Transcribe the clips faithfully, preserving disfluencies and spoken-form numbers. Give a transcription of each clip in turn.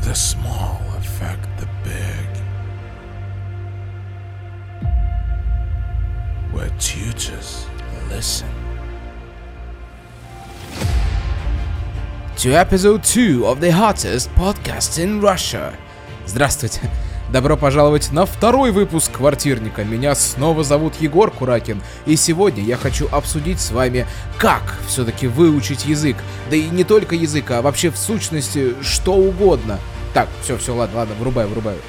the small affect the big. Where tutors listen. To episode two of the hottest podcast in Russia. Здравствуйте. Добро пожаловать на второй выпуск «Квартирника». Меня снова зовут Егор Куракин, и сегодня я хочу обсудить с вами, как все-таки выучить язык. Да и не только язык, а вообще в сущности что угодно. Так, все, все, ладно, ладно, врубаю, врубаю.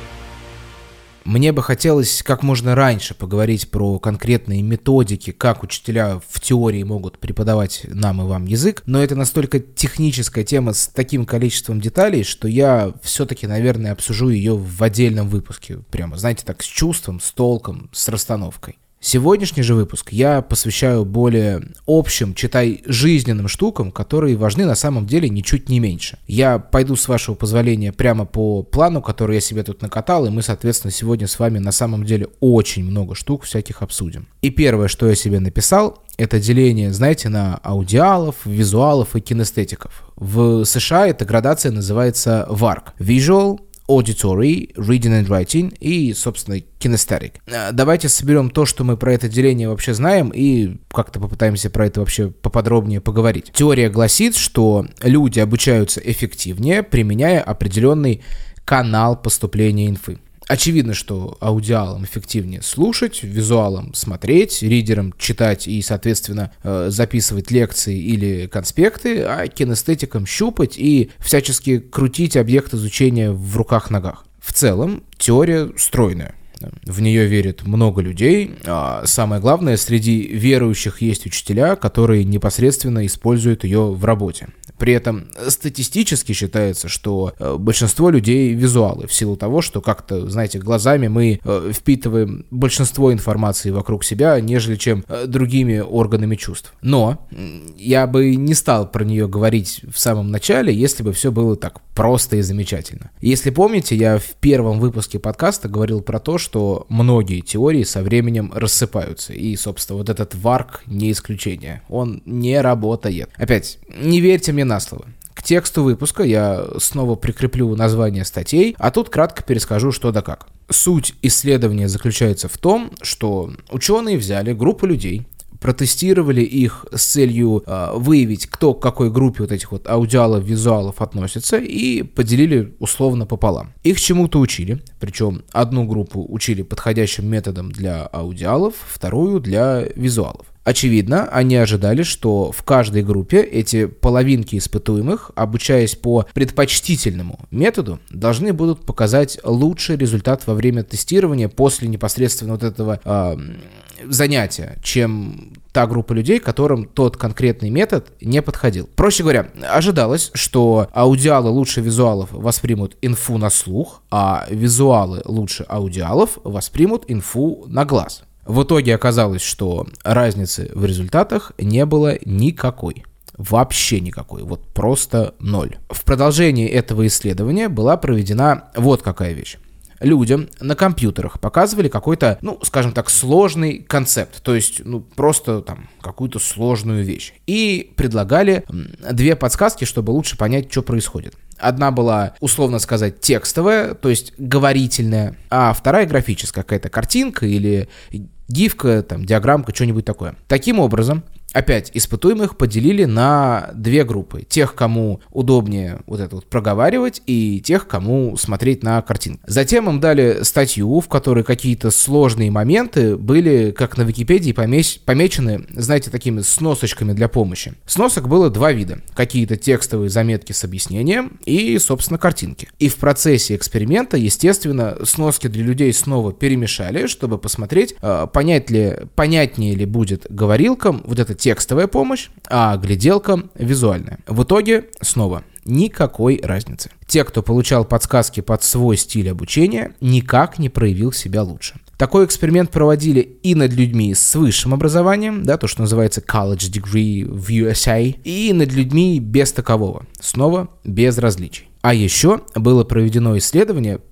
Мне бы хотелось как можно раньше поговорить про конкретные методики, как учителя в теории могут преподавать нам и вам язык, но это настолько техническая тема с таким количеством деталей, что я все-таки, наверное, обсужу ее в отдельном выпуске. Прямо, знаете, так, с чувством, с толком, с расстановкой. Сегодняшний же выпуск я посвящаю более общим, читай, жизненным штукам, которые важны на самом деле ничуть не меньше. Я пойду, с вашего позволения, прямо по плану, который я себе тут накатал, и мы, соответственно, сегодня с вами на самом деле очень много штук всяких обсудим. И первое, что я себе написал, это деление, знаете, на аудиалов, визуалов и кинестетиков. В США эта градация называется варк – Visual, Auditory, Reading and Writing и, собственно, Kinesthetic. Давайте соберем то, что мы про это деление вообще знаем, и как-то попытаемся про это вообще поподробнее поговорить. Теория гласит, что люди обучаются эффективнее, применяя определенный канал поступления инфы. Очевидно, что аудиалам эффективнее слушать, визуалам смотреть, ридерам читать и, соответственно, записывать лекции или конспекты, а кинестетикам щупать и всячески крутить объект изучения в руках-ногах. В целом, теория стройная. В нее верит много людей, а самое главное, среди верующих есть учителя, которые непосредственно используют ее в работе. При этом статистически считается, что большинство людей визуалы, в силу того, что как-то, знаете, глазами мы впитываем большинство информации вокруг себя, нежели чем другими органами чувств. Но я бы не стал про нее говорить в самом начале, если бы все было так просто и замечательно. Если помните, я в первом выпуске подкаста говорил про то, что многие теории со временем рассыпаются, и, собственно, вот этот варк не исключение. Он не работает. Опять, не верьте мне на слово. К тексту выпуска я снова прикреплю название статей, а тут кратко перескажу что да как. Суть исследования заключается в том, что ученые взяли группу людей, протестировали их с целью э, выявить, кто к какой группе вот этих вот аудиалов, визуалов относится, и поделили условно пополам. Их чему-то учили, причем одну группу учили подходящим методом для аудиалов, вторую для визуалов. Очевидно, они ожидали, что в каждой группе эти половинки испытуемых, обучаясь по предпочтительному методу, должны будут показать лучший результат во время тестирования после непосредственно вот этого э, занятия, чем та группа людей, которым тот конкретный метод не подходил. Проще говоря, ожидалось, что аудиалы лучше визуалов воспримут инфу на слух, а визуалы лучше аудиалов воспримут инфу на глаз. В итоге оказалось, что разницы в результатах не было никакой. Вообще никакой. Вот просто ноль. В продолжении этого исследования была проведена вот какая вещь. Людям на компьютерах показывали какой-то, ну, скажем так, сложный концепт, то есть, ну, просто там какую-то сложную вещь. И предлагали две подсказки, чтобы лучше понять, что происходит. Одна была, условно сказать, текстовая, то есть говорительная, а вторая графическая, какая-то картинка или гифка, там, диаграммка, что-нибудь такое. Таким образом, опять испытуемых поделили на две группы. Тех, кому удобнее вот это вот проговаривать, и тех, кому смотреть на картинку. Затем им дали статью, в которой какие-то сложные моменты были, как на Википедии, помеч- помечены, знаете, такими сносочками для помощи. Сносок было два вида. Какие-то текстовые заметки с объяснением и, собственно, картинки. И в процессе эксперимента, естественно, сноски для людей снова перемешали, чтобы посмотреть, понять ли, понятнее ли будет говорилкам вот эта текстовая помощь, а гляделкам визуальная. В итоге, снова, никакой разницы. Те, кто получал подсказки под свой стиль обучения, никак не проявил себя лучше. Такой эксперимент проводили и над людьми с высшим образованием, да, то, что называется college degree в ю эс эй, и над людьми без такового, снова без различий. А еще было проведено исследование,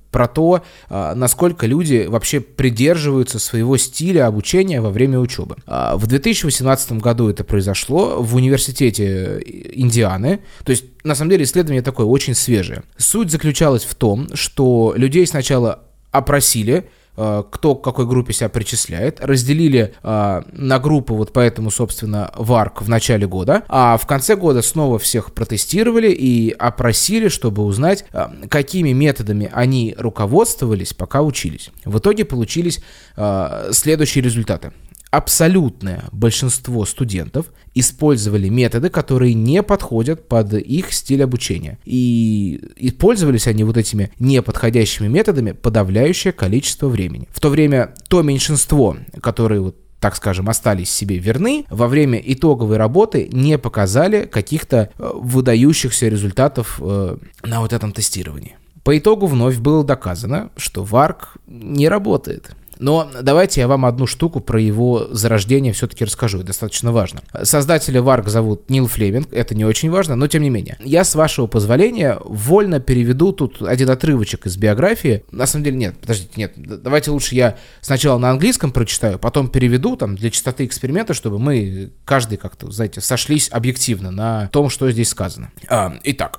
про то, насколько люди вообще придерживаются своего стиля обучения во время учебы. В две тысячи восемнадцатом году это произошло в университете Индианы. То есть, на самом деле, исследование такое очень свежее. Суть заключалась в том, что людей сначала опросили, кто к какой группе себя причисляет, разделили э, на группы вот по этому, собственно, варк в начале года, а в конце года снова всех протестировали и опросили, чтобы узнать, э, какими методами они руководствовались, пока учились. В итоге получились э, следующие результаты. Абсолютное большинство студентов использовали методы, которые не подходят под их стиль обучения. И, и пользовались они вот этими неподходящими методами подавляющее количество времени. В то время то меньшинство, которые вот, так скажем, остались себе верны, во время итоговой работы не показали каких-то э, выдающихся результатов э, на вот этом тестировании. По итогу вновь было доказано, что варк не работает. Но давайте я вам одну штуку про его зарождение все-таки расскажу, это достаточно важно. Создателя варк зовут Нил Флеминг, это не очень важно, но тем не менее. Я, с вашего позволения, вольно переведу тут один отрывочек из биографии. На самом деле нет, подождите, нет, давайте лучше я сначала на английском прочитаю, потом переведу там для чистоты эксперимента, чтобы мы каждый как-то, знаете, сошлись объективно на том, что здесь сказано. А, итак.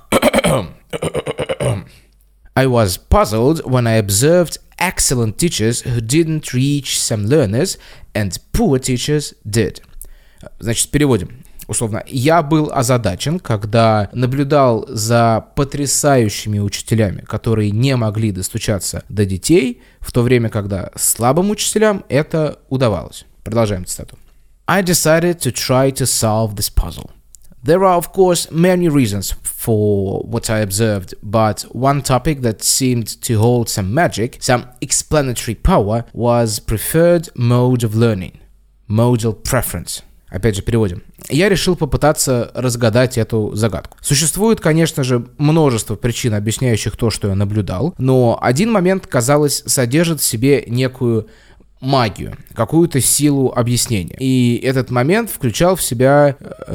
I was puzzled when I observed excellent teachers who didn't reach some learners, and poor teachers did. Значит, переводим. Условно, я был озадачен, когда наблюдал за потрясающими учителями, которые не могли достучаться до детей, в то время, когда слабым учителям это удавалось. Продолжаем цитату. I decided to try to solve this puzzle. There are, of course, many reasons for what I observed, but one topic that seemed to hold some magic, some explanatory power, was preferred mode of learning, modal preference. Опять же, переводим. Я решил попытаться разгадать эту загадку. Существует, конечно же, множество причин, объясняющих то, что я наблюдал, но один момент, казалось, содержит в себе некую магию, какую-то силу объяснения. И этот момент включал в себя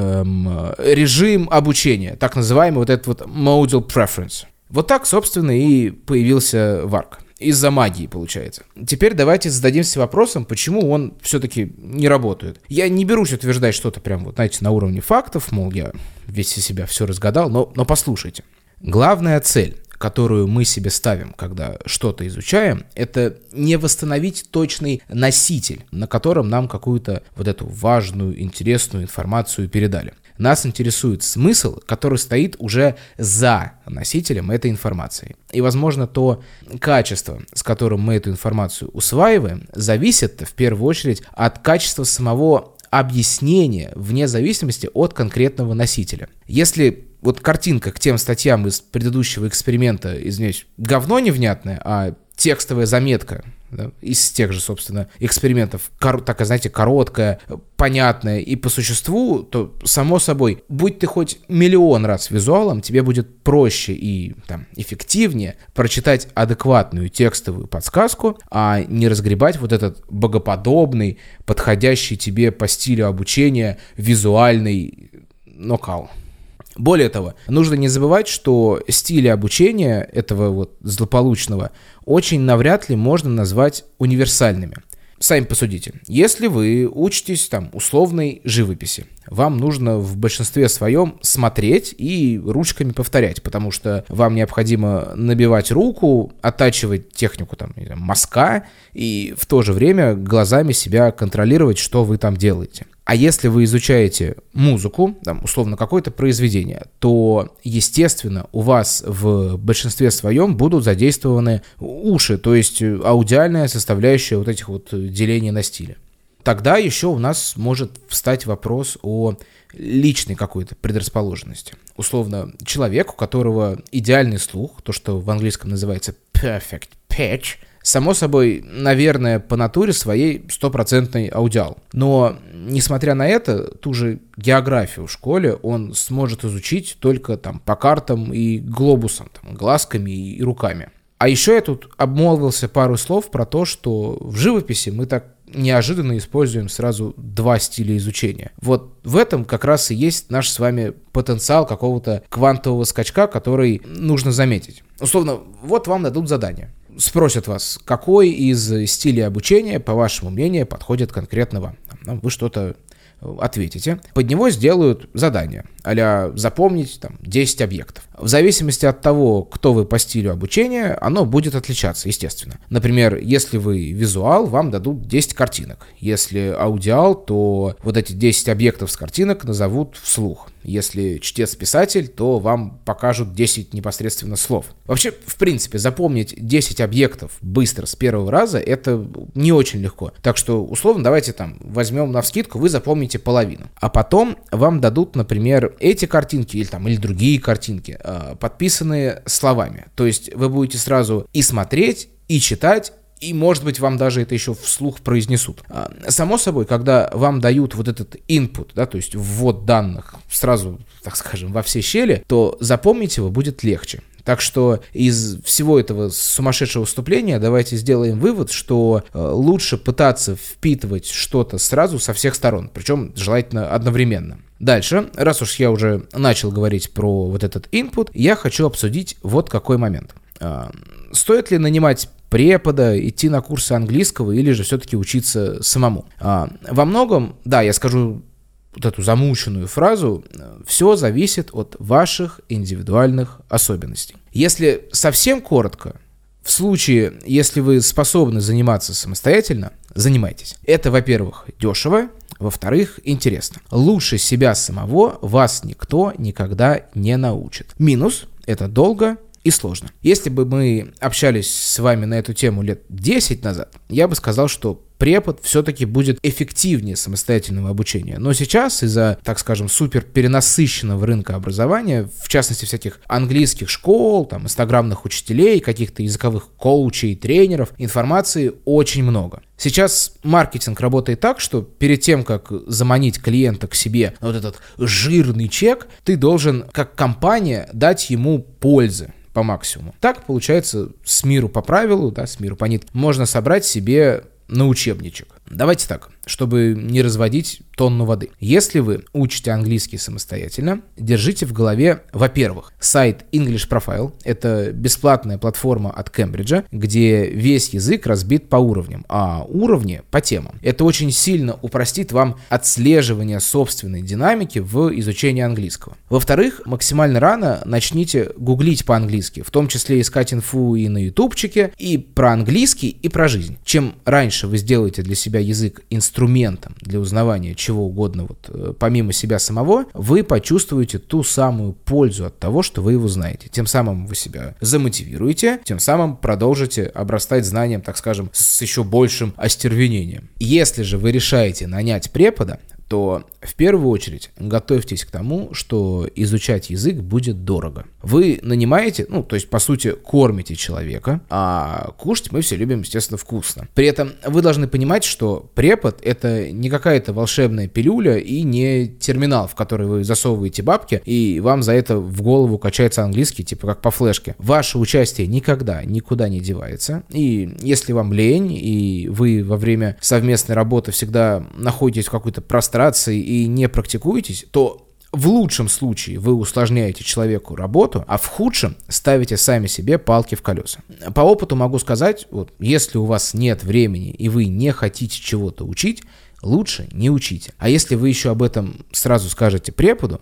эм, режим обучения, так называемый вот этот вот modal preference. Вот так, собственно, и появился варк. Из-за магии, получается. Теперь давайте зададимся вопросом, почему он все-таки не работает. Я не берусь утверждать что-то прям, вот, знаете, на уровне фактов, мол, я весь из себя все разгадал, но, но послушайте. Главная цель, которую мы себе ставим, когда что-то изучаем, это не восстановить точный носитель, на котором нам какую-то вот эту важную, интересную информацию передали. Нас интересует смысл, который стоит уже за носителем этой информации. И, возможно, то качество, с которым мы эту информацию усваиваем, зависит в первую очередь от качества самого объяснения, вне зависимости от конкретного носителя. Если вот картинка к тем статьям из предыдущего эксперимента, извиняюсь, говно невнятное, а текстовая заметка, да, из тех же, собственно, экспериментов, кор- такая, знаете, короткая, понятная и по существу, то, само собой, будь ты хоть миллион раз визуалом, тебе будет проще и там, эффективнее прочитать адекватную текстовую подсказку, а не разгребать вот этот богоподобный, подходящий тебе по стилю обучения визуальный нокаут. Более того, нужно не забывать, что стили обучения этого вот злополучного очень навряд ли можно назвать универсальными. Сами посудите. Если вы учитесь там условной живописи, вам нужно в большинстве своем смотреть и ручками повторять, потому что вам необходимо набивать руку, оттачивать технику там, не знаю, мазка и в то же время глазами себя контролировать, что вы там делаете. А если вы изучаете музыку, там, условно, какое-то произведение, то, естественно, у вас в большинстве своем будут задействованы уши, то есть аудиальная составляющая вот этих вот делений на стиле. Тогда еще у нас может встать вопрос о личной какой-то предрасположенности. Условно, человек, у которого идеальный слух, то, что в английском называется perfect pitch, само собой, наверное, по натуре своей стопроцентный аудиал. Но, несмотря на это, ту же географию в школе он сможет изучить только там по картам и глобусам, там, глазками и руками. А еще я тут обмолвился пару слов про то, что в живописи мы так неожиданно используем сразу два стиля изучения. Вот в этом как раз и есть наш с вами потенциал какого-то квантового скачка, который нужно заметить. Условно, вот вам дадут задание. спросят вас, какой из стилей обучения, по вашему мнению, подходит конкретно вам. Там, вы что-то ответите. Под него сделают задание, а-ля запомнить там, десять объектов. В зависимости от того, кто вы по стилю обучения, оно будет отличаться, естественно. Например, если вы визуал, вам дадут десять картинок. Если аудиал, то вот эти десять объектов с картинок назовут вслух. Если чтец-писатель, то вам покажут десять непосредственно слов. Вообще, в принципе, запомнить десять объектов быстро с первого раза — это не очень легко. Так что, условно, давайте там возьмем навскидку, вы запомните половину. А потом вам дадут, например, эти картинки или, там, или другие картинки, подписанные словами. То есть вы будете сразу и смотреть, и читать, и, может быть, вам даже это еще вслух произнесут. Само собой, когда вам дают вот этот input, да, то есть ввод данных сразу, так скажем, во все щели, то запомнить его будет легче. Так что из всего этого сумасшедшего выступления давайте сделаем вывод, что лучше пытаться впитывать что-то сразу со всех сторон, причем желательно одновременно. Дальше, раз уж я уже начал говорить про вот этот input, я хочу обсудить вот какой момент. Стоит ли нанимать препода, идти на курсы английского или же все-таки учиться самому? Во многом, да, я скажу вот эту замученную фразу, все зависит от ваших индивидуальных особенностей. Если совсем коротко, в случае, если вы способны заниматься самостоятельно, занимайтесь. Это, во-первых, дешево, во-вторых, интересно. Лучше себя самого вас никто никогда не научит. Минус – это долго и сложно. Если бы мы общались с вами на эту тему лет десять назад, я бы сказал, что препод все-таки будет эффективнее самостоятельного обучения. Но сейчас из-за, так скажем, супер перенасыщенного рынка образования, в частности всяких английских школ, там, инстаграмных учителей, каких-то языковых коучей, тренеров, информации очень много. Сейчас маркетинг работает так, что перед тем, как заманить клиента к себе на вот этот жирный чек, ты должен, как компания, дать ему пользы по максимуму. Так, получается, с миру по правилу, да, с миру по нит, можно собрать себе на учебничек. Давайте так, чтобы не разводить тонну воды. Если вы учите английский самостоятельно, держите в голове, во-первых, сайт English Profile. Это бесплатная платформа от Кембриджа, где весь язык разбит по уровням, а уровни по темам. Это очень сильно упростит вам отслеживание собственной динамики в изучении английского. Во-вторых, максимально рано начните гуглить по-английски, в том числе искать инфу и на ютубчике, и про английский, и про жизнь. Чем раньше вы сделаете для себя язык инструментом для узнавания чего угодно, вот, помимо себя самого, вы почувствуете ту самую пользу от того, что вы его знаете. Тем самым вы себя замотивируете, тем самым продолжите обрастать знанием, так скажем, с еще большим остервенением. Если же вы решаете нанять препода, то в первую очередь готовьтесь к тому, что изучать язык будет дорого. Вы нанимаете, ну, то есть, по сути, кормите человека, а кушать мы все любим, естественно, вкусно. При этом вы должны понимать, что препод — это не какая-то волшебная пилюля и не терминал, в который вы засовываете бабки, и вам за это в голову качается английский, типа как по флешке. Ваше участие никогда никуда не девается, и если вам лень, и вы во время совместной работы всегда находитесь в какой-то прострации и не практикуетесь, то в лучшем случае вы усложняете человеку работу, а в худшем ставите сами себе палки в колеса. По опыту могу сказать, вот, если у вас нет времени и вы не хотите чего-то учить, лучше не учите. А если вы еще об этом сразу скажете преподу,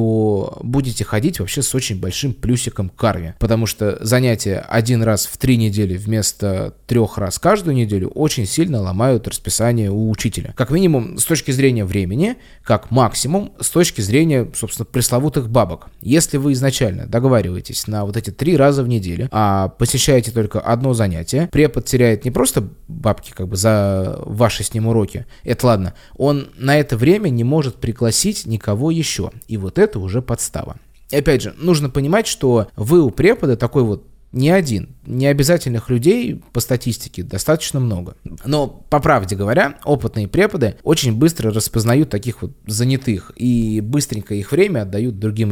то будете ходить вообще с очень большим плюсиком к карме, потому что занятия один раз в три недели вместо трех раз каждую неделю очень сильно ломают расписание у учителя. Как минимум с точки зрения времени, как максимум с точки зрения, собственно, пресловутых бабок. Если вы изначально договариваетесь на вот эти три раза в неделю, а посещаете только одно занятие, препод теряет не просто бабки как бы за ваши с ним уроки, это ладно, он на это время не может пригласить никого еще, и вот это уже подстава. И опять же, нужно понимать, что вы у препода такой вот не один. Необязательных людей по статистике достаточно много. Но, по правде говоря, опытные преподы очень быстро распознают таких вот занятых и быстренько их время отдают другим людям.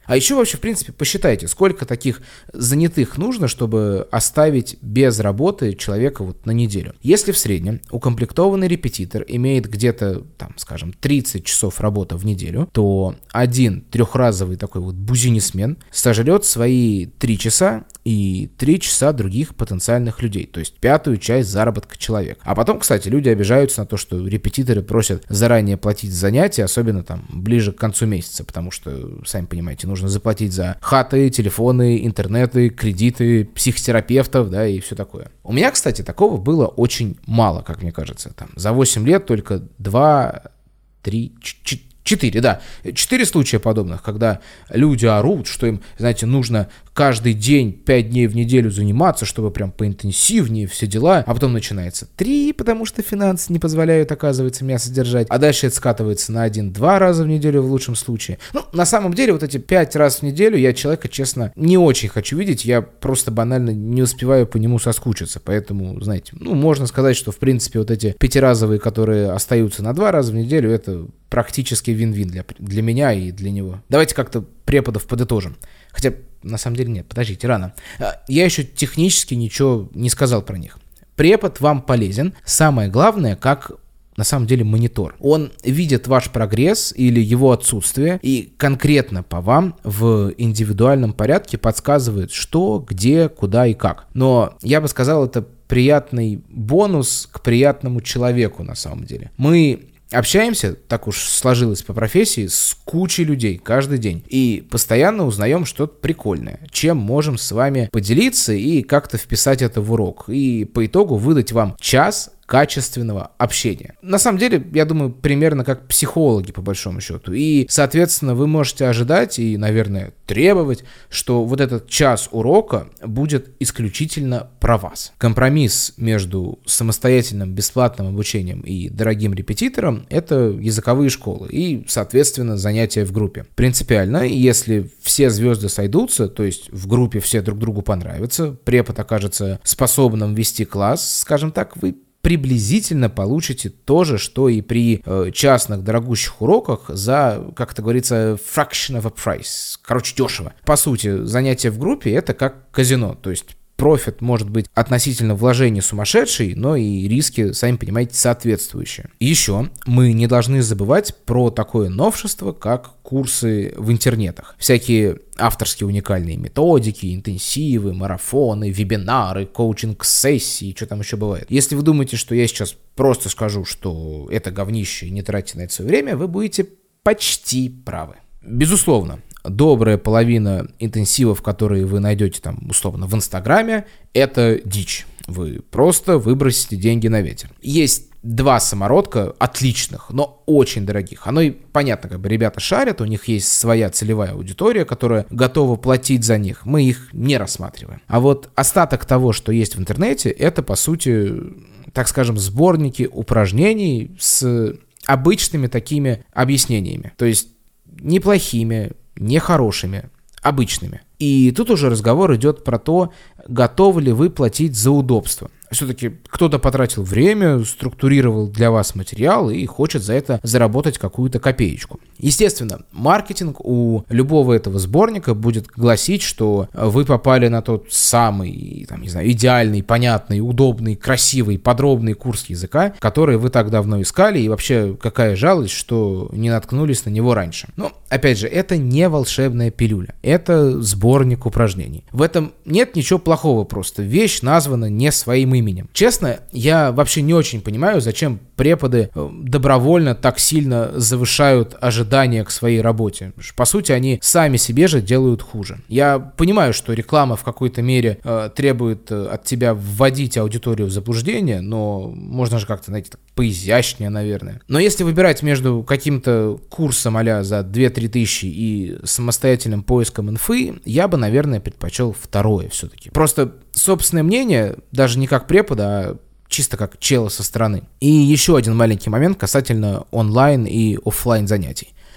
А еще вообще, в принципе, посчитайте, сколько таких занятых нужно, чтобы оставить без работы человека вот на неделю. Если в среднем укомплектованный репетитор имеет где-то, там, скажем, тридцать часов работы в неделю, то один трехразовый такой вот бузинисмен сожрет свои три часа и три часа других потенциальных людей, то есть пятую часть заработка человека. А потом, кстати, люди обижаются на то, что репетиторы просят заранее платить за занятия, особенно там ближе к концу месяца, потому что, сами понимаете, нужно заплатить за хаты, телефоны, интернеты, кредиты, психотерапевтов, да, и все такое. У меня, кстати, такого было очень мало, как мне кажется. Там, за восемь лет только два, три, четыре, Четыре, да. Четыре случая подобных, когда люди орут, что им, знаете, нужно каждый день, пять дней в неделю заниматься, чтобы прям поинтенсивнее все дела, а потом начинается три, потому что финансы не позволяют, оказывается, меня содержать, а дальше это скатывается на один-два раза в неделю в лучшем случае. Ну, на самом деле, вот эти пять раз в неделю я человека, честно, не очень хочу видеть, я просто банально не успеваю по нему соскучиться, поэтому, знаете, ну, можно сказать, что, в принципе, вот эти пятиразовые, которые остаются на два раза в неделю, это практически вин-вин для, для меня и для него. Давайте как-то преподов подытожим. Хотя, на самом деле, нет, подождите, рано. Я еще технически ничего не сказал про них. Препод вам полезен. Самое главное, как на самом деле монитор. Он видит ваш прогресс или его отсутствие и конкретно по вам в индивидуальном порядке подсказывает, что, где, куда и как. Но я бы сказал, это приятный бонус к приятному человеку на самом деле. Мы общаемся, так уж сложилось по профессии, с кучей людей каждый день. И постоянно узнаем что-то прикольное, чем можем с вами поделиться и как-то вписать это в урок. И по итогу выдать вам час качественного общения. На самом деле, я думаю, примерно как психологи, по большому счету. И, соответственно, вы можете ожидать и, наверное, требовать, что вот этот час урока будет исключительно про вас. Компромисс между самостоятельным бесплатным обучением и дорогим репетитором — это языковые школы и, соответственно, занятия в группе. Принципиально, если все звезды сойдутся, то есть в группе все друг другу понравятся, препод окажется способным вести класс, скажем так, вы приблизительно получите то же, что и при э, частных дорогущих уроках за, как это говорится, fraction of a price. Короче, дешево. По сути, занятие в группе — это как казино, то есть профит может быть относительно вложений сумасшедший, но и риски, сами понимаете, соответствующие. Еще мы не должны забывать про такое новшество, как курсы в интернетах. Всякие авторские уникальные методики, интенсивы, марафоны, вебинары, коучинг-сессии, что там еще бывает. Если вы думаете, что я сейчас просто скажу, что это говнище и не тратьте на это свое время, вы будете почти правы. Безусловно, добрая половина интенсивов, которые вы найдете там условно в Инстаграме, это дичь. Вы просто выбросите деньги на ветер. Есть два самородка отличных, но очень дорогих. Оно и понятно, как бы ребята шарят, у них есть своя целевая аудитория, которая готова платить за них. Мы их не рассматриваем. А вот остаток того, что есть в интернете, это, по сути, так скажем, сборники упражнений с обычными такими объяснениями. То есть неплохими, нехорошими, обычными. И тут уже разговор идет про то, готовы ли вы платить за удобство. Все-таки кто-то потратил время, структурировал для вас материал и хочет за это заработать какую-то копеечку. Естественно, маркетинг у любого этого сборника будет гласить, что вы попали на тот самый, там, не знаю, идеальный, понятный, удобный, красивый, подробный курс языка, который вы так давно искали, и вообще какая жалость, что не наткнулись на него раньше. Но, опять же, это не волшебная пилюля, это сборник упражнений. В этом нет ничего плохого, просто вещь названа не своим именем. Честно, я вообще не очень понимаю, зачем преподы добровольно так сильно завышают ожидания к своей работе. По сути, они сами себе же делают хуже. Я понимаю, что реклама в какой-то мере э, требует от тебя вводить аудиторию в заблуждение, но можно же как-то, знаете, поизящнее, наверное. Но если выбирать между каким-то курсом а-ля за две-три тысячи и самостоятельным поиском инфы, я бы, наверное, предпочел второе все-таки. Просто собственное мнение, даже не как препода, а чисто как чела со стороны. И еще один маленький момент касательно онлайн и офлайн занятий.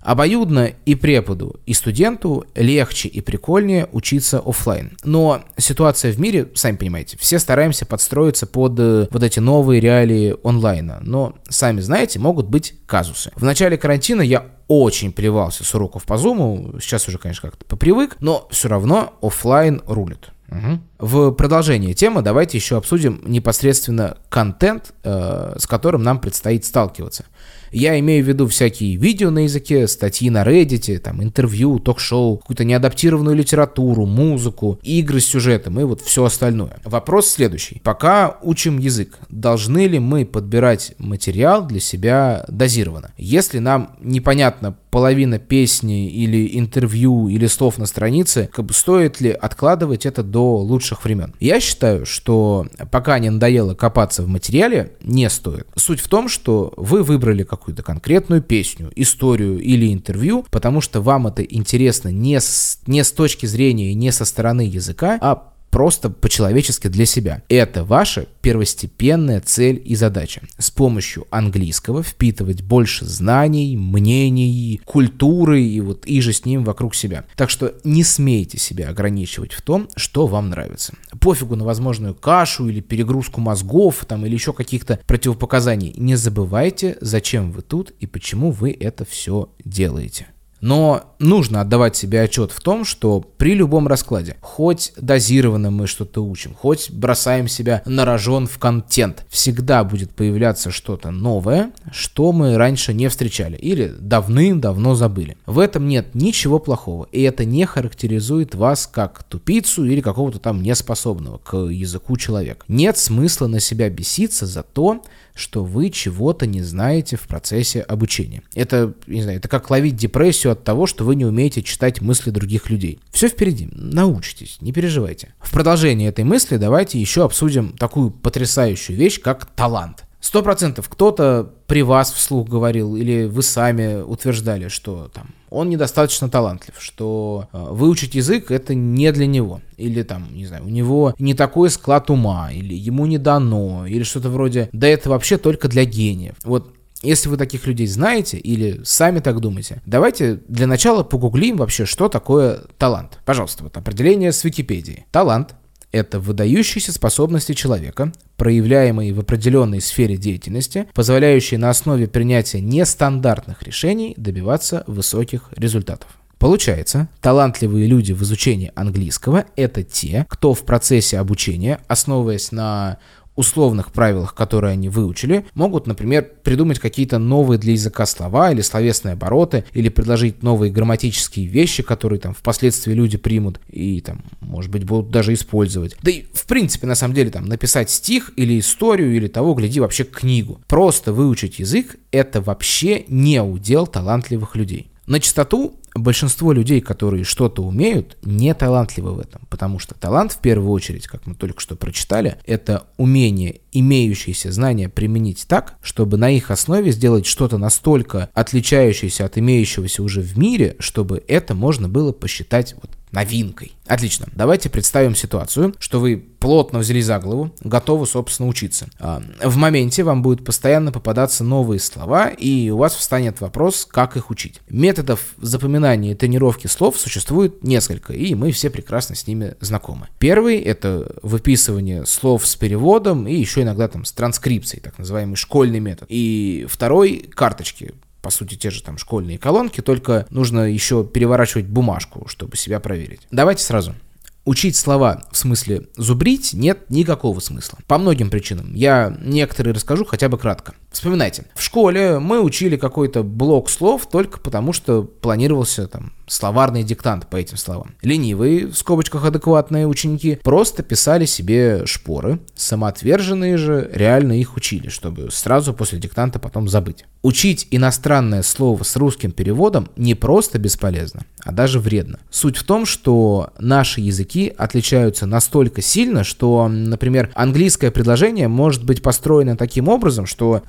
Обоюдно и преподу, и студенту легче и прикольнее учиться офлайн. Но ситуация в мире, сами понимаете, все стараемся подстроиться под э, вот эти новые реалии онлайна. Но, сами знаете, могут быть казусы. В начале карантина я очень плевался с уроков по Zoom, сейчас уже, конечно, как-то попривык, но все равно офлайн рулит. Угу. В продолжение темы давайте еще обсудим непосредственно контент, э, с которым нам предстоит сталкиваться. Я имею в виду всякие видео на языке, статьи на Reddit, там, интервью, ток-шоу, какую-то неадаптированную литературу, музыку, игры с сюжетом и вот все остальное. Вопрос следующий. Пока учим язык, должны ли мы подбирать материал для себя дозированно? Если нам непонятно половина песни или интервью или слов на странице, как бы стоит ли откладывать это до лучших времен? Я считаю, что пока не надоело копаться в материале, не стоит. Суть в том, что вы выбрали какую-то конкретную песню, историю или интервью, потому что вам это интересно не с, не с точки зрения, не со стороны языка, а просто по-человечески для себя. Это ваша первостепенная цель и задача. С помощью английского впитывать больше знаний, мнений, культуры и вот и же с ним вокруг себя. Так что не смейте себя ограничивать в том, что вам нравится. Пофигу на возможную кашу или перегрузку мозгов там, или еще каких-то противопоказаний. Не забывайте, зачем вы тут и почему вы это все делаете. Но нужно отдавать себе отчет в том, что при любом раскладе, хоть дозированно мы что-то учим, хоть бросаем себя на рожон в контент, всегда будет появляться что-то новое, что мы раньше не встречали или давным-давно забыли. В этом нет ничего плохого, и это не характеризует вас как тупицу или какого-то там неспособного к языку человека. Нет смысла на себя беситься за то, что вы чего-то не знаете в процессе обучения. Это, не знаю, это как ловить депрессию от того, что вы не умеете читать мысли других людей. Все впереди, научитесь, не переживайте. В продолжение этой мысли давайте еще обсудим такую потрясающую вещь, как талант. Сто процентов кто-то при вас вслух говорил, или вы сами утверждали, что там он недостаточно талантлив, что э, выучить язык это не для него, или там, не знаю, у него не такой склад ума, или ему не дано, или что-то вроде, да это вообще только для гениев. Вот если вы таких людей знаете или сами так думаете, давайте для начала погуглим вообще, что такое талант. Пожалуйста, вот определение с Википедии. Талант — это выдающиеся способности человека, проявляемые в определенной сфере деятельности, позволяющие на основе принятия нестандартных решений добиваться высоких результатов. Получается, талантливые люди в изучении английского — это те, кто в процессе обучения, основываясь на условных правилах, которые они выучили, могут, например, придумать какие-то новые для языка слова или словесные обороты, или предложить новые грамматические вещи, которые там впоследствии люди примут и там, может быть, будут даже использовать. Да и, в принципе, на самом деле, там, написать стих или историю, или того, гляди, вообще книгу. Просто выучить язык — это вообще не удел талантливых людей. На чистоту, большинство людей, которые что-то умеют, не талантливы в этом, потому что талант, в первую очередь, как мы только что прочитали, это умение имеющиеся знания применить так, чтобы на их основе сделать что-то настолько отличающееся от имеющегося уже в мире, чтобы это можно было посчитать вот новинкой. Отлично. Давайте представим ситуацию, что вы плотно взялись за голову, готовы, собственно, учиться. В моменте вам будут постоянно попадаться новые слова, и у вас встанет вопрос, как их учить. Методов запоминания и тренировки слов существует несколько, и мы все прекрасно с ними знакомы. Первый — это выписывание слов с переводом и еще иногда там с транскрипцией, так называемый школьный метод. И второй — карточки. По сути, те же там школьные колонки, только нужно еще переворачивать бумажку, чтобы себя проверить. Давайте сразу. Учить слова, в смысле зубрить, нет никакого смысла. По многим причинам. Я некоторые расскажу хотя бы кратко. Вспоминайте. В школе мы учили какой-то блок слов только потому, что планировался там словарный диктант по этим словам. Ленивые, в скобочках адекватные ученики, просто писали себе шпоры. Самоотверженные же реально их учили, чтобы сразу после диктанта потом забыть. Учить иностранное слово с русским переводом не просто бесполезно, а даже вредно. Суть в том, что наши языки отличаются настолько сильно, что, например, английское предложение может быть построено таким образом, что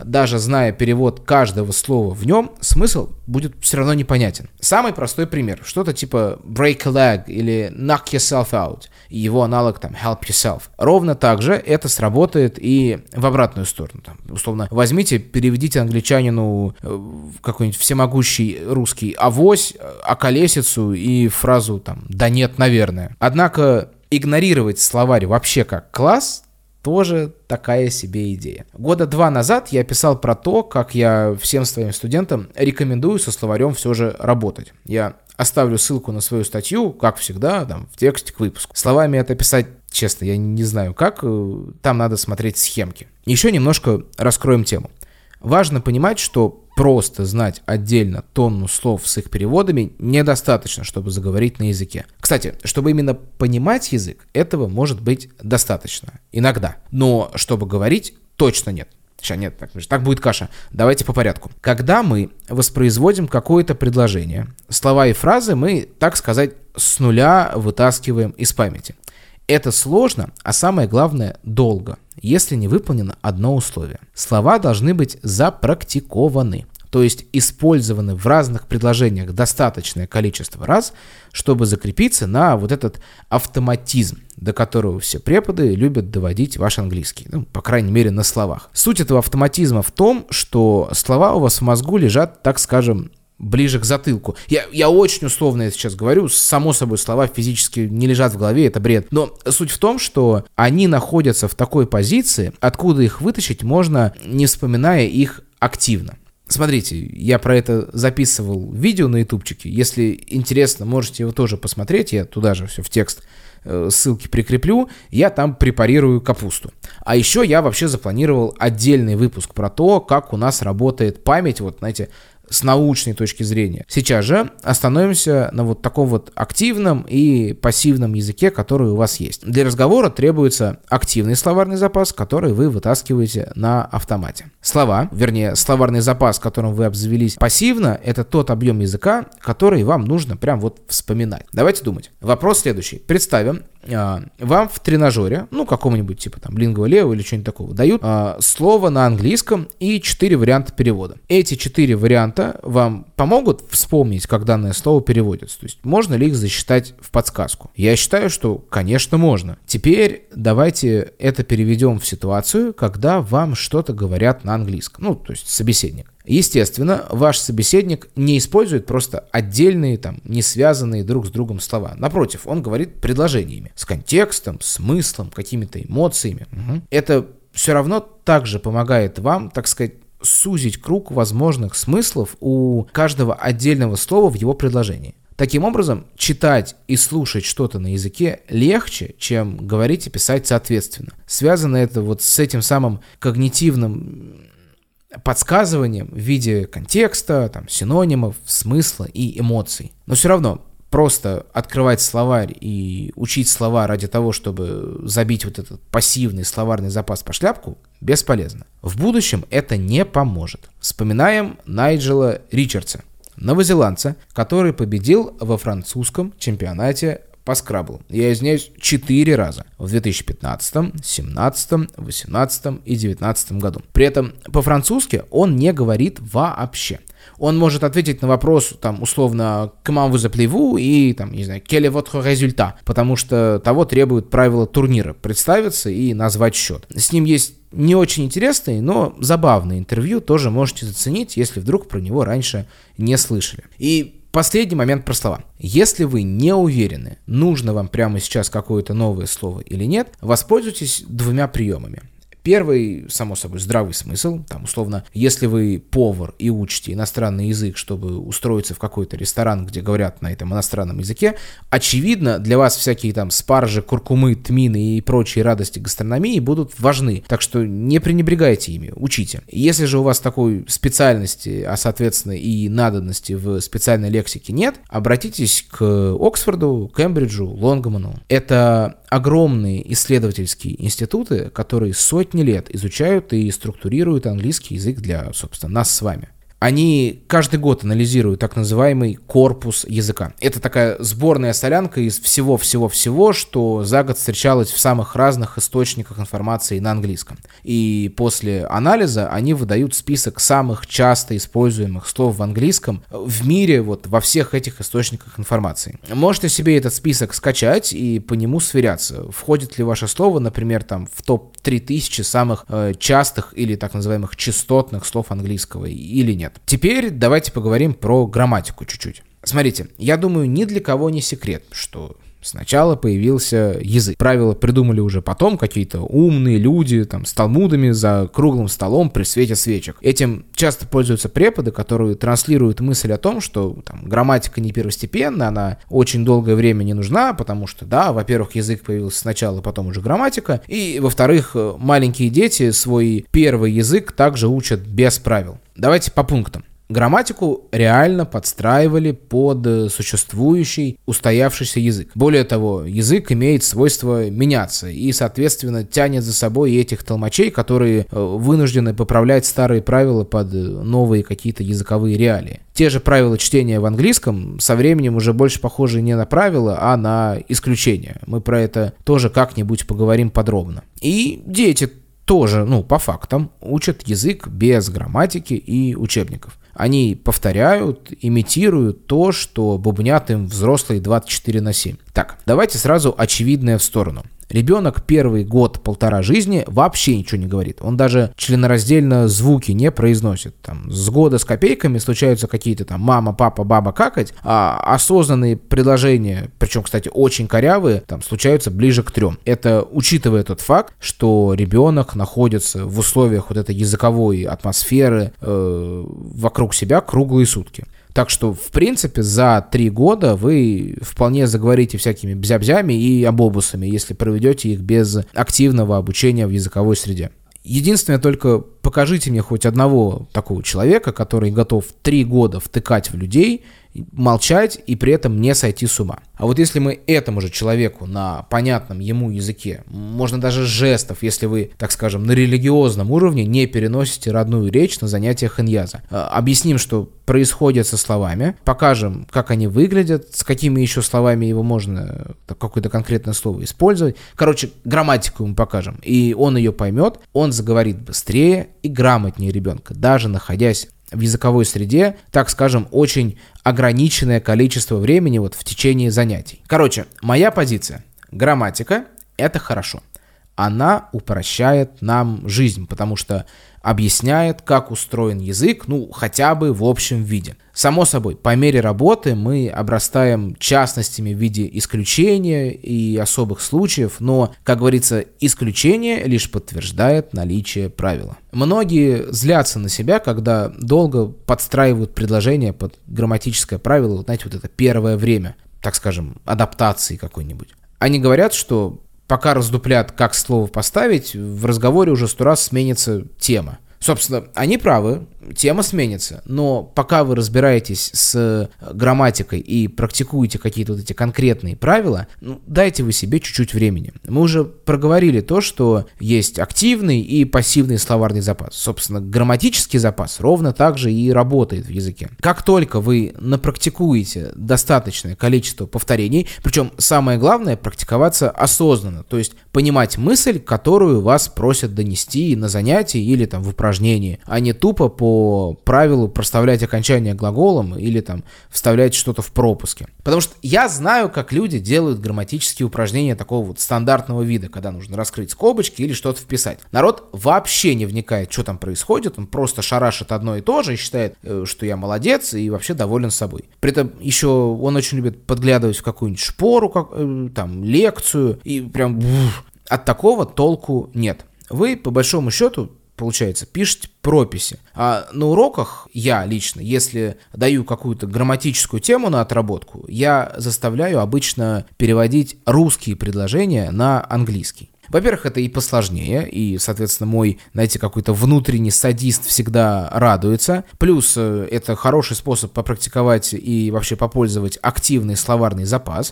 даже зная перевод каждого слова в нем, смысл будет все равно непонятен. Самый простой пример. Что-то типа break a leg или knock yourself out. И его аналог там help yourself. Ровно так же это сработает и в обратную сторону. Там, условно, возьмите, переведите англичанину какой-нибудь всемогущий русский авось, околесицу и фразу там «да нет, наверное». Однако игнорировать словарь вообще как класс тоже такая себе идея. Года два назад я писал про то, как я всем своим студентам рекомендую со словарем все же работать. Я оставлю ссылку на свою статью, как всегда, там, в тексте к выпуску. Словами это писать, честно, я не знаю как, там надо смотреть схемки. Еще немножко раскроем тему. Важно понимать, что просто знать отдельно тонну слов с их переводами недостаточно, чтобы заговорить на языке. Кстати, чтобы именно понимать язык, этого может быть достаточно. Иногда. Но чтобы говорить, точно нет. Сейчас нет, так, так будет каша. Давайте по порядку. Когда мы воспроизводим какое-то предложение, слова и фразы мы, так сказать, с нуля вытаскиваем из памяти. Это сложно, а самое главное, долго, если не выполнено одно условие. Слова должны быть запрактикованы, то есть использованы в разных предложениях достаточное количество раз, чтобы закрепиться на вот этот автоматизм, до которого все преподы любят доводить ваш английский, ну, по крайней мере, на словах. Суть этого автоматизма в том, что слова у вас в мозгу лежат, так скажем, ближе к затылку. Я, я очень условно это сейчас говорю, само собой слова физически не лежат в голове, это бред. Но суть в том, что они находятся в такой позиции, откуда их вытащить можно, не вспоминая их активно. Смотрите, я про это записывал видео на ютубчике. Если интересно, можете его тоже посмотреть. Я туда же все в текст э, ссылки прикреплю. Я там препарирую капусту. А еще я вообще запланировал отдельный выпуск про то, как у нас работает память, вот, знаете, с научной точки зрения. Сейчас же остановимся на вот таком вот активном и пассивном языке, который у вас есть. Для разговора требуется активный словарный запас, который вы вытаскиваете на автомате. Слова, вернее, словарный запас, которым вы обзавелись пассивно, это тот объем языка, который вам нужно прям вот вспоминать. Давайте думать. Вопрос следующий. Представим, вам в тренажере, ну, какому-нибудь типа там Lingua Leo или что-нибудь такого, дают а, слово на английском и четыре варианта перевода. Эти четыре варианта вам помогут вспомнить, как данное слово переводится. То есть можно ли их засчитать в подсказку? Я считаю, что, конечно, можно. Теперь давайте это переведем в ситуацию, когда вам что-то говорят на английском. Ну, то есть собеседник. Естественно, ваш собеседник не использует просто отдельные, там, не связанные друг с другом слова. Напротив, он говорит предложениями, с контекстом, смыслом, какими-то эмоциями. Угу. Это все равно также помогает вам, так сказать, сузить круг возможных смыслов у каждого отдельного слова в его предложении. Таким образом, читать и слушать что-то на языке легче, чем говорить и писать соответственно. Связано это вот с этим самым когнитивным подсказыванием в виде контекста, там, синонимов, смысла и эмоций. Но все равно просто открывать словарь и учить слова ради того, чтобы забить вот этот пассивный словарный запас по шляпку, бесполезно. В будущем это не поможет. Вспоминаем Найджела Ричардса, новозеландца, который победил во французском чемпионате по скраблу. Я извиняюсь, четыре раза. В две тысячи пятнадцатом, семнадцатом, восемнадцатом и девятнадцатом году. При этом по-французски он не говорит вообще. Он может ответить на вопрос, там, условно, «Comment vous appelez-vous?» и, там, не знаю, «Quel est votre résultat?» потому что того требуют правила турнира — представиться и назвать счет. С ним есть не очень интересное, но забавное интервью, тоже можете заценить, если вдруг про него раньше не слышали. И последний момент про слова. Если вы не уверены, нужно вам прямо сейчас какое-то новое слово или нет, воспользуйтесь двумя приемами. Первый, само собой, здравый смысл. Там, условно, если вы повар и учите иностранный язык, чтобы устроиться в какой-то ресторан, где говорят на этом иностранном языке, очевидно, для вас всякие там спаржи, куркумы, тмины и прочие радости гастрономии будут важны. Так что не пренебрегайте ими, учите. Если же у вас такой специальности, а соответственно и надобности в специальной лексике нет, обратитесь к Оксфорду, Кембриджу, Лонгману. Это огромные исследовательские институты, которые сотни лет изучают и структурируют английский язык для, собственно, нас с вами. Они каждый год анализируют так называемый корпус языка. Это такая сборная солянка из всего-всего-всего, что за год встречалось в самых разных источниках информации на английском. И после анализа они выдают список самых часто используемых слов в английском в мире, вот во всех этих источниках информации. Можете себе этот список скачать и по нему сверяться. Входит ли ваше слово, например, там в топ три тысячи самых э, частых или так называемых частотных слов английского или нет. Теперь давайте поговорим про грамматику чуть-чуть. Смотрите, я думаю, ни для кого не секрет, что сначала появился язык. Правила придумали уже потом какие-то умные люди там, с талмудами за круглым столом при свете свечек. Этим часто пользуются преподы, которые транслируют мысль о том, что там, грамматика не первостепенна, она очень долгое время не нужна, потому что, да, во-первых, язык появился сначала, потом уже грамматика, и, во-вторых, маленькие дети свой первый язык также учат без правил. Давайте по пунктам. Грамматику реально подстраивали под существующий устоявшийся язык. Более того, язык имеет свойство меняться и, соответственно, тянет за собой этих толмачей, которые вынуждены поправлять старые правила под новые какие-то языковые реалии. Те же правила чтения в английском со временем уже больше похожи не на правила, а на исключения. Мы про это тоже как-нибудь поговорим подробно. И дети тоже, ну, по фактам, учат язык без грамматики и учебников. Они повторяют, имитируют то, что бубнят им взрослые двадцать четыре на семь. Так, давайте сразу очевидное в сторону. Ребенок первый год-полтора жизни вообще ничего не говорит. Он даже членораздельно звуки не произносит. Там, с года с копейками случаются какие-то там мама, папа, баба, какать, а осознанные предложения, причем, кстати, очень корявые, там случаются ближе к трем. Это учитывая тот факт, что ребенок находится в условиях вот этой языковой атмосферы э, вокруг себя круглые сутки. Так что, в принципе, за три года вы вполне заговорите всякими бзя-бзями и обобусами, если проведете их без активного обучения в языковой среде. Единственное, только покажите мне хоть одного такого человека, который готов три года втыкать в людей, молчать и при этом не сойти с ума. А вот если мы этому же человеку на понятном ему языке, можно даже жестов, если вы, так скажем, на религиозном уровне не переносите родную речь на занятиях иньяза, объясним, что происходит со словами, покажем, как они выглядят, с какими еще словами его можно, какое-то конкретное слово использовать. Короче, грамматику ему покажем, и он ее поймет, он заговорит быстрее и грамотнее ребенка, даже находясь в языковой среде, так скажем, очень ограниченное количество времени вот в течение занятий. Короче, моя позиция. Грамматика – это хорошо. Она упрощает нам жизнь, потому что объясняет, как устроен язык, ну, хотя бы в общем виде. Само собой, по мере работы мы обрастаем частностями в виде исключения и особых случаев, но, как говорится, исключение лишь подтверждает наличие правила. Многие злятся на себя, когда долго подстраивают предложения под грамматическое правило, вот, знаете, вот это первое время, так скажем, адаптации какой-нибудь. Они говорят, что пока раздуплят, как слово поставить, в разговоре уже сто раз сменится тема. Собственно, они правы, тема сменится, но пока вы разбираетесь с грамматикой и практикуете какие-то вот эти конкретные правила, ну, дайте вы себе чуть-чуть времени. Мы уже проговорили то, что есть активный и пассивный словарный запас. Собственно, грамматический запас ровно так же и работает в языке. Как только вы напрактикуете достаточное количество повторений, причем самое главное практиковаться осознанно, то есть понимать мысль, которую вас просят донести на занятии или там в упражнении, а не тупо по правилу проставлять окончание глаголом или там вставлять что-то в пропуске. Потому что я знаю, как люди делают грамматические упражнения такого вот стандартного вида, когда нужно раскрыть скобочки или что-то вписать. Народ вообще не вникает, что там происходит, он просто шарашит одно и то же и считает, что я молодец и вообще доволен собой. При этом еще он очень любит подглядывать в какую-нибудь шпору, как, там, лекцию, и прям уф, от такого толку нет. Вы, по большому счету, получается, пишете прописи. А на уроках я лично, если даю какую-то грамматическую тему на отработку, я заставляю обычно переводить русские предложения на английский. Во-первых, это и посложнее, и, соответственно, мой, знаете, какой-то внутренний садист всегда радуется. Плюс это хороший способ попрактиковать и вообще попользовать активный словарный запас.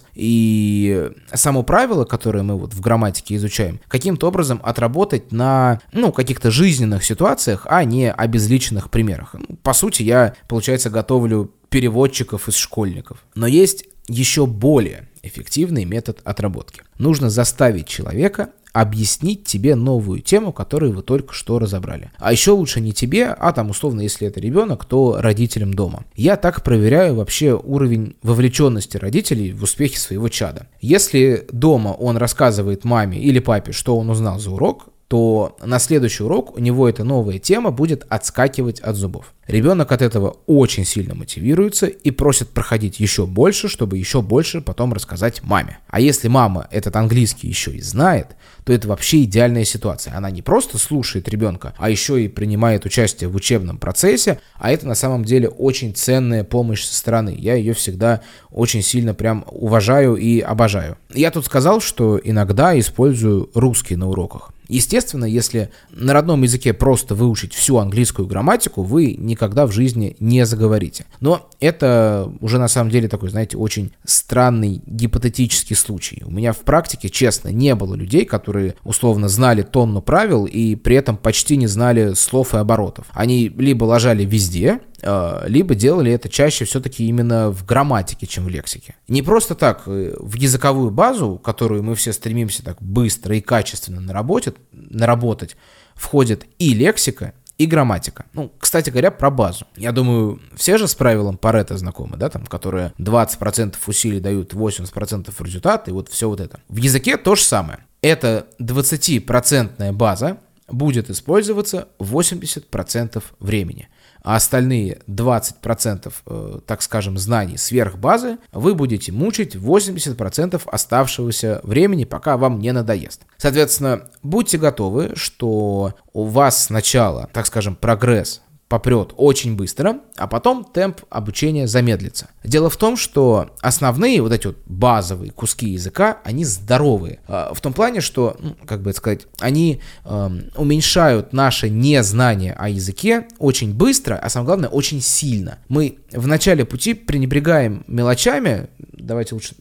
И само правило, которое мы вот в грамматике изучаем, каким-то образом отработать на, ну, каких-то жизненных ситуациях, а не обезличенных примерах. По сути, я, получается, готовлю переводчиков из школьников. Но есть еще более эффективный метод отработки. Нужно заставить человека объяснить тебе новую тему, которую вы только что разобрали. А еще лучше не тебе, а там, условно, если это ребенок, то родителям дома. Я так проверяю вообще уровень вовлеченности родителей в успехе своего чада. Если дома он рассказывает маме или папе, что он узнал за урок, то на следующий урок у него эта новая тема будет отскакивать от зубов. Ребенок от этого очень сильно мотивируется и просит проходить еще больше, чтобы еще больше потом рассказать маме. А если мама этот английский еще и знает, то это вообще идеальная ситуация. Она не просто слушает ребенка, а еще и принимает участие в учебном процессе, а это на самом деле очень ценная помощь со стороны. Я ее всегда очень сильно прям уважаю и обожаю. Я тут сказал, что иногда использую русский на уроках. Естественно, если на родном языке просто выучить всю английскую грамматику, вы никогда в жизни не заговорите. Но это уже на самом деле такой, знаете, очень странный гипотетический случай. У меня в практике, честно, не было людей, которые условно знали тонну правил и при этом почти не знали слов и оборотов. Они либо лажали везде, либо делали это чаще все-таки именно в грамматике, чем в лексике. Не просто так в языковую базу, которую мы все стремимся так быстро и качественно наработать, наработать входит и лексика, и грамматика. Ну, кстати говоря, про базу. Я думаю, все же с правилом Парето знакомы, да, там, которые двадцать процентов усилий дают восемьдесят процентов результата, и вот все вот это. В языке то же самое. Эта двадцатипроцентная база будет использоваться восемьдесят процентов времени. А остальные двадцать процентов, э, так скажем, знаний сверх базы вы будете мучить восемьдесят процентов оставшегося времени, пока вам не надоест. Соответственно, будьте готовы, что у вас сначала, так скажем, прогресс попрет очень быстро, а потом темп обучения замедлится. Дело в том, что основные вот эти вот базовые куски языка, они здоровые. В том плане, что, ну, как бы это сказать, они э, уменьшают наше незнание о языке очень быстро, а самое главное, очень сильно. Мы в начале пути пренебрегаем мелочами, давайте лучше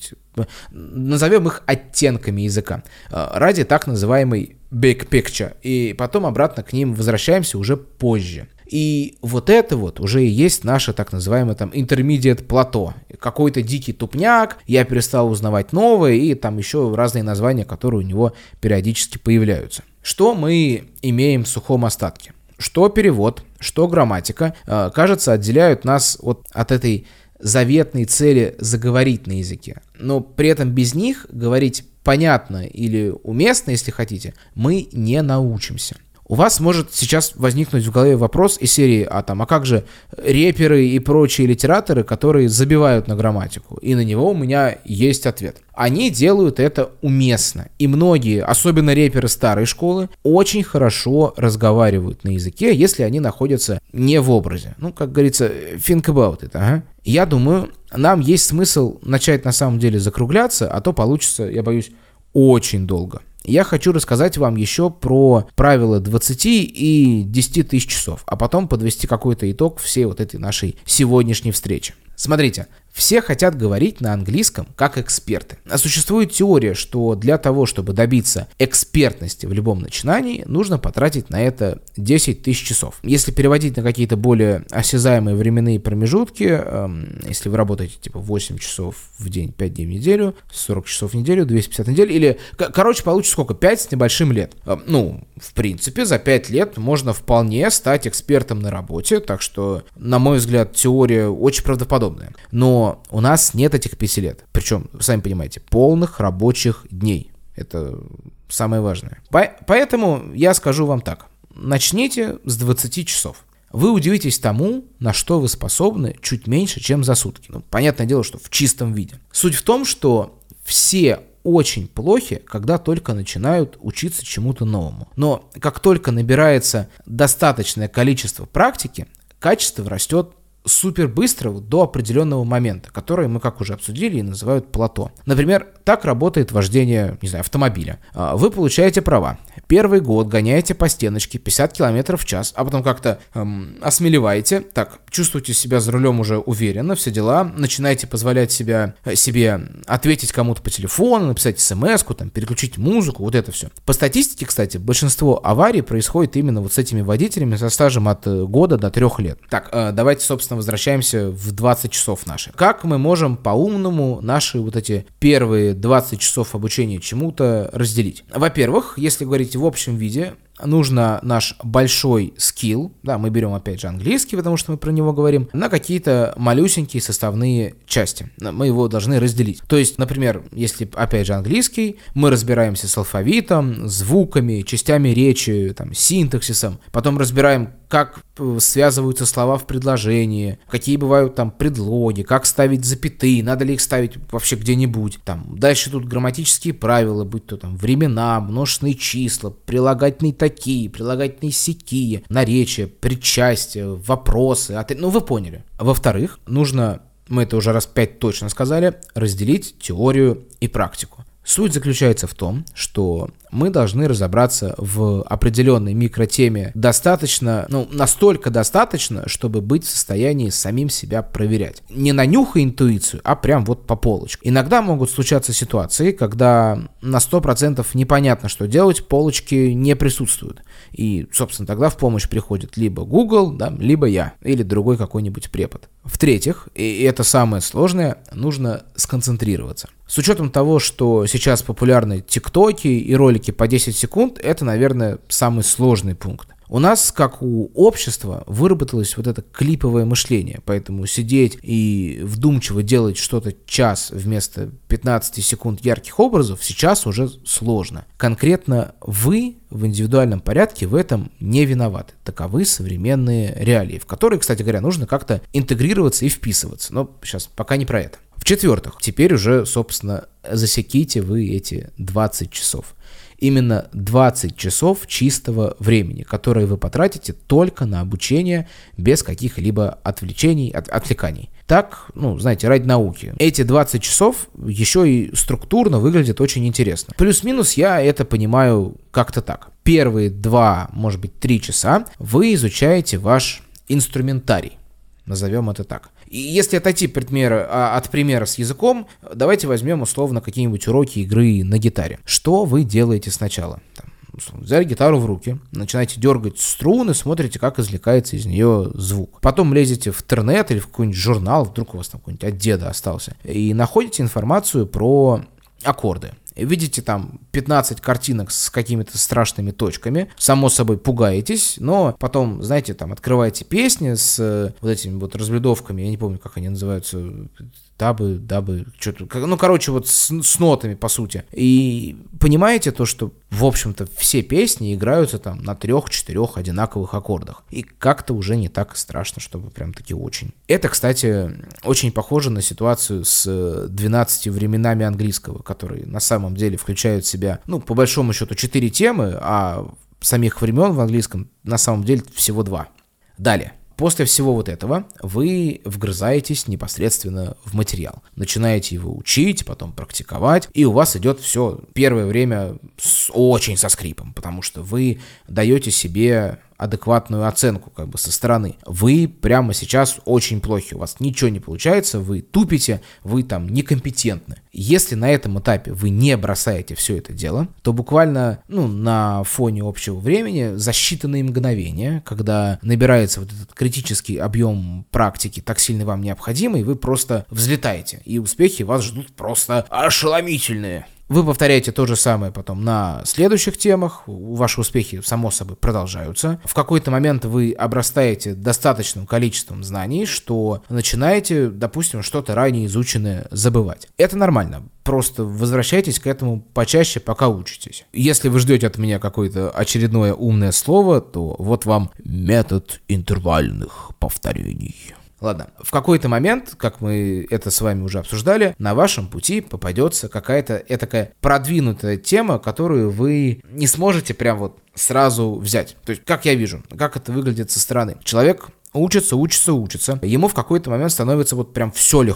назовем их оттенками языка, ради так называемой big picture, и потом обратно к ним возвращаемся уже позже. И вот это вот уже и есть наше так называемое там intermediate плато. Какой-то дикий тупняк, я перестал узнавать новое, и там еще разные названия, которые у него периодически появляются. Что мы имеем в сухом остатке? Что перевод, что грамматика, кажется, отделяют нас вот от этой заветной цели заговорить на языке. Но при этом без них говорить понятно или уместно, если хотите, мы не научимся. У вас может сейчас возникнуть в голове вопрос из серии, а там, а как же рэперы и прочие литераторы, которые забивают на грамматику? И на него у меня есть ответ. Они делают это уместно. И многие, особенно рэперы старой школы, очень хорошо разговаривают на языке, если они находятся не в образе. Ну, как говорится, think about it, ага. Я думаю, нам есть смысл начать на самом деле закругляться, а то получится, я боюсь, очень долго. Я хочу рассказать вам еще про правила двадцати и десяти тысяч часов, а потом подвести какой-то итог всей вот этой нашей сегодняшней встречи. Смотрите, все хотят говорить на английском как эксперты. А существует теория, что для того, чтобы добиться экспертности в любом начинании, нужно потратить на это десять тысяч часов. Если переводить на какие-то более осязаемые временные промежутки, эм, если вы работаете типа восемь часов в день, пять дней в неделю, сорок часов в неделю, двести пятьдесят в неделю, или, короче, получится сколько? пять с небольшим лет. Эм, ну, в принципе, за пять лет можно вполне стать экспертом на работе, так что, на мой взгляд, теория очень правдоподобная. Но у нас нет этих пяти лет. Причем, сами понимаете, полных рабочих дней. Это самое важное. По- поэтому я скажу вам так. Начните с двадцати часов. Вы удивитесь тому, на что вы способны чуть меньше, чем за сутки. Ну, понятное дело, что в чистом виде. Суть в том, что все очень плохи, когда только начинают учиться чему-то новому. Но как только набирается достаточное количество практики, качество растет супер быстро до определенного момента, который мы, как уже обсудили, и называют плато. Например, так работает вождение, не знаю, автомобиля. Вы получаете права. Первый год гоняете по стеночке пятьдесят километров в час, а потом как-то эм, осмелеваете, так, чувствуете себя за рулем уже уверенно, все дела, начинаете позволять себя, себе ответить кому-то по телефону, написать смс-ку, там, переключить музыку, вот это все. По статистике, кстати, большинство аварий происходит именно вот с этими водителями со стажем от года до трех лет. Так, э, давайте, собственно, возвращаемся в двадцать часов наши. Как мы можем по-умному наши вот эти первые двадцать часов обучения чему-то разделить? Во-первых, если говорить в общем виде, нужно наш большой скилл, да, мы берем опять же английский, потому что мы про него говорим, на какие-то малюсенькие составные части. Мы его должны разделить. То есть, например, если опять же английский, мы разбираемся с алфавитом, звуками, частями речи, там, синтаксисом, потом разбираем, как связываются слова в предложении, какие бывают там предлоги, как ставить запятые, надо ли их ставить вообще где-нибудь. Там, дальше тут грамматические правила, будь то там времена, множественные числа, прилагательные такие, прилагательные сякие, наречия, причастия, вопросы, ответ... ну вы поняли. Во-вторых, нужно, мы это уже раз пять точно сказали, разделить теорию и практику. Суть заключается в том, что мы должны разобраться в определенной микротеме достаточно, ну, настолько достаточно, чтобы быть в состоянии самим себя проверять. Не на нюх и интуицию, а прям вот по полочкам. Иногда могут случаться ситуации, когда на сто процентов непонятно, что делать, полочки не присутствуют. И, собственно, тогда в помощь приходит либо Google, да, либо я, или другой какой-нибудь препод. В-третьих, и это самое сложное, нужно сконцентрироваться. С учетом того, что сейчас популярны тиктоки и ролики по десять секунд, это, наверное, самый сложный пункт. У нас, как у общества, выработалось вот это клиповое мышление, поэтому сидеть и вдумчиво делать что-то час вместо пятнадцати секунд ярких образов сейчас уже сложно. Конкретно вы в индивидуальном порядке в этом не виноваты. Таковы современные реалии, в которые, кстати говоря, нужно как-то интегрироваться и вписываться. Но сейчас пока не про это. В-четвертых, теперь уже, собственно, засеките вы эти двадцать часов. Именно двадцать часов чистого времени, которые вы потратите только на обучение без каких-либо отвлечений, от, отвлеканий. Так, ну, знаете, ради науки. Эти двадцать часов еще и структурно выглядят очень интересно. Плюс-минус я это понимаю как-то так. Первые два, может быть, три часа вы изучаете ваш инструментарий. Назовем это так. И если отойти примера, от примера с языком, давайте возьмем условно какие-нибудь уроки игры на гитаре. Что вы делаете сначала? Там, условно, взяли гитару в руки, начинаете дергать струны, смотрите, как извлекается из нее звук. Потом лезете в интернет или в какой-нибудь журнал, вдруг у вас там какой-нибудь от деда остался, и находите информацию про аккорды. Видите там пятнадцать картинок с какими-то страшными точками, само собой пугаетесь, но потом, знаете, там открываете песни с э, вот этими вот разблюдовками, я не помню, как они называются, дабы, дабы, что-то, ну, короче, вот с, с нотами, по сути. И понимаете то, что, в общем-то, все песни играются там на трех-четырех одинаковых аккордах. И как-то уже не так страшно, чтобы прям таки очень. Это, кстати, очень похоже на ситуацию с двенадцатью временами английского, которые на самом деле включают в себя, ну, по большому счету, четыре темы, а самих времен в английском на самом деле всего два. Далее. После всего вот этого вы вгрызаетесь непосредственно в материал. Начинаете его учить, потом практиковать, и у вас идет все первое время с, очень со скрипом, потому что вы даете себе адекватную оценку как бы со стороны. Вы прямо сейчас очень плохи, у вас ничего не получается, вы тупите, вы там некомпетентны. Если на этом этапе вы не бросаете все это дело, то буквально, ну, на фоне общего времени за считанные мгновения, когда набирается вот этот критический объем практики, так сильно вам необходимый, вы просто взлетаете, и успехи вас ждут просто ошеломительные. Вы повторяете то же самое потом на следующих темах, ваши успехи, само собой, продолжаются. В какой-то момент вы обрастаете достаточным количеством знаний, что начинаете, допустим, что-то ранее изученное забывать. Это нормально. Просто возвращайтесь к этому почаще, пока учитесь. Если вы ждете от меня какое-то очередное умное слово, то вот вам метод интервальных повторений. Ладно, в какой-то момент, как мы это с вами уже обсуждали, на вашем пути попадется какая-то этакая продвинутая тема, которую вы не сможете прям вот сразу взять. То есть, как я вижу, как это выглядит со стороны. Человек учится, учится, учится. Ему в какой-то момент становится вот прям все легко.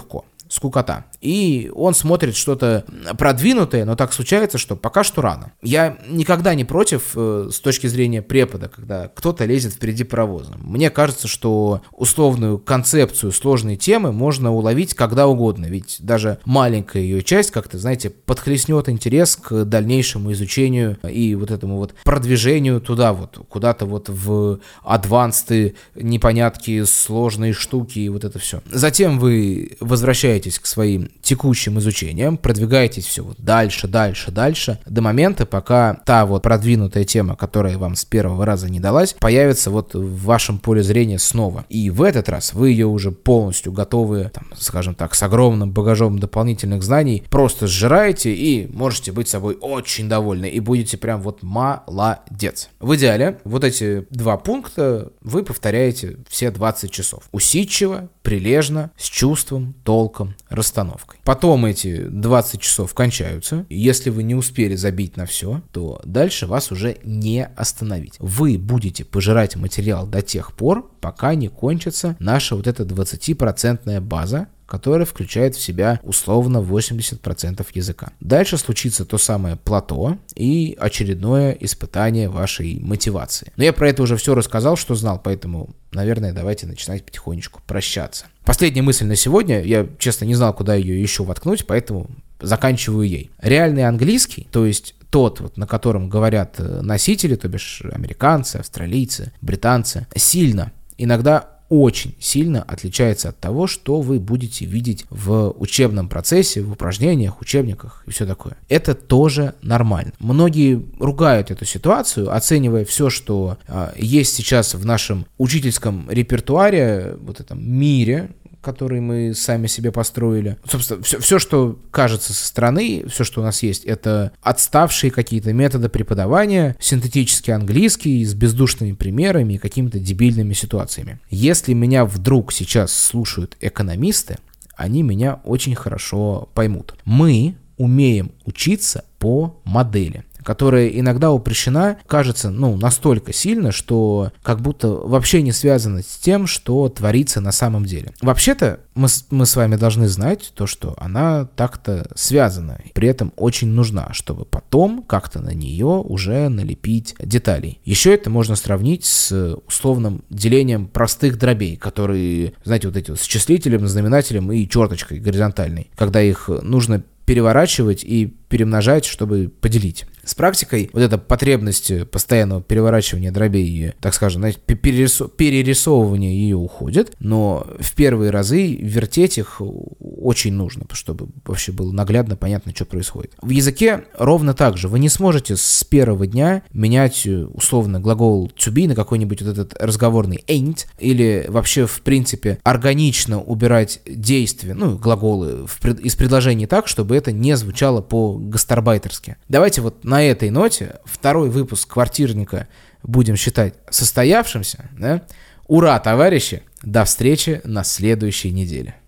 скукота. И он смотрит что-то продвинутое, но так случается, что пока что рано. Я никогда не против э, с точки зрения препода, когда кто-то лезет впереди паровоза. Мне кажется, что условную концепцию сложной темы можно уловить когда угодно, ведь даже маленькая ее часть как-то, знаете, подхлестнет интерес к дальнейшему изучению и вот этому вот продвижению туда вот, куда-то вот в адвансты, непонятки, сложные штуки и вот это все. Затем вы возвращаетесь к своим текущим изучениям, продвигаетесь все вот дальше, дальше, дальше, до момента, пока та вот продвинутая тема, которая вам с первого раза не далась, появится вот в вашем поле зрения снова. И в этот раз вы ее уже полностью готовы, там, скажем так, с огромным багажом дополнительных знаний, просто сжираете и можете быть собой очень довольны, и будете прям вот молодец. В идеале вот эти два пункта вы повторяете все двадцать часов. Усидчиво, прилежно, с чувством, толком, расстановкой. Потом эти двадцать часов кончаются. Если вы не успели забить на все, то дальше вас уже не остановить. Вы будете пожирать материал до тех пор, пока не кончится наша вот эта двадцатипроцентная база, которая включает в себя условно восемьдесят процентов языка. Дальше случится то самое плато и очередное испытание вашей мотивации. Но я про это уже все рассказал, что знал, поэтому, наверное, давайте начинать потихонечку прощаться. Последняя мысль на сегодня, я, честно, не знал, куда ее еще воткнуть, поэтому заканчиваю ей. Реальный английский, то есть тот, вот, на котором говорят носители, то бишь американцы, австралийцы, британцы, сильно, иногда очень сильно отличается от того, что вы будете видеть в учебном процессе, в упражнениях, учебниках и все такое. Это тоже нормально. Многие ругают эту ситуацию, оценивая все, что э, есть сейчас в нашем учительском репертуаре, вот этом мире, который мы сами себе построили. Собственно, все, все, что кажется со стороны, все, что у нас есть, это отставшие какие-то методы преподавания, синтетический английский с бездушными примерами и какими-то дебильными ситуациями. Если меня вдруг сейчас слушают экономисты, они меня очень хорошо поймут. Мы умеем учиться по модели, которая иногда упрощена, кажется, ну, настолько сильно, что как будто вообще не связана с тем, что творится на самом деле. Вообще-то мы, мы с вами должны знать то, что она так-то связана, при этом очень нужна, чтобы потом как-то на нее уже налепить деталей. Еще это можно сравнить с условным делением простых дробей, которые, знаете, вот эти вот с числителем, знаменателем и черточкой горизонтальной, когда их нужно переворачивать и перемножать, чтобы поделить. С практикой вот эта потребность постоянного переворачивания дробей, так скажем, перерисов... перерисовывания ее уходит, но в первые разы вертеть их очень нужно, чтобы вообще было наглядно понятно, что происходит. В языке ровно так же. Вы не сможете с первого дня менять условно глагол to be на какой-нибудь вот этот разговорный ain't, или вообще в принципе органично убирать действия, ну, глаголы в пред... из предложений так, чтобы это не звучало по-гастарбайтерски. Давайте вот на этой ноте второй выпуск «Квартирника» будем считать состоявшимся. Да? Ура, товарищи! До встречи на следующей неделе.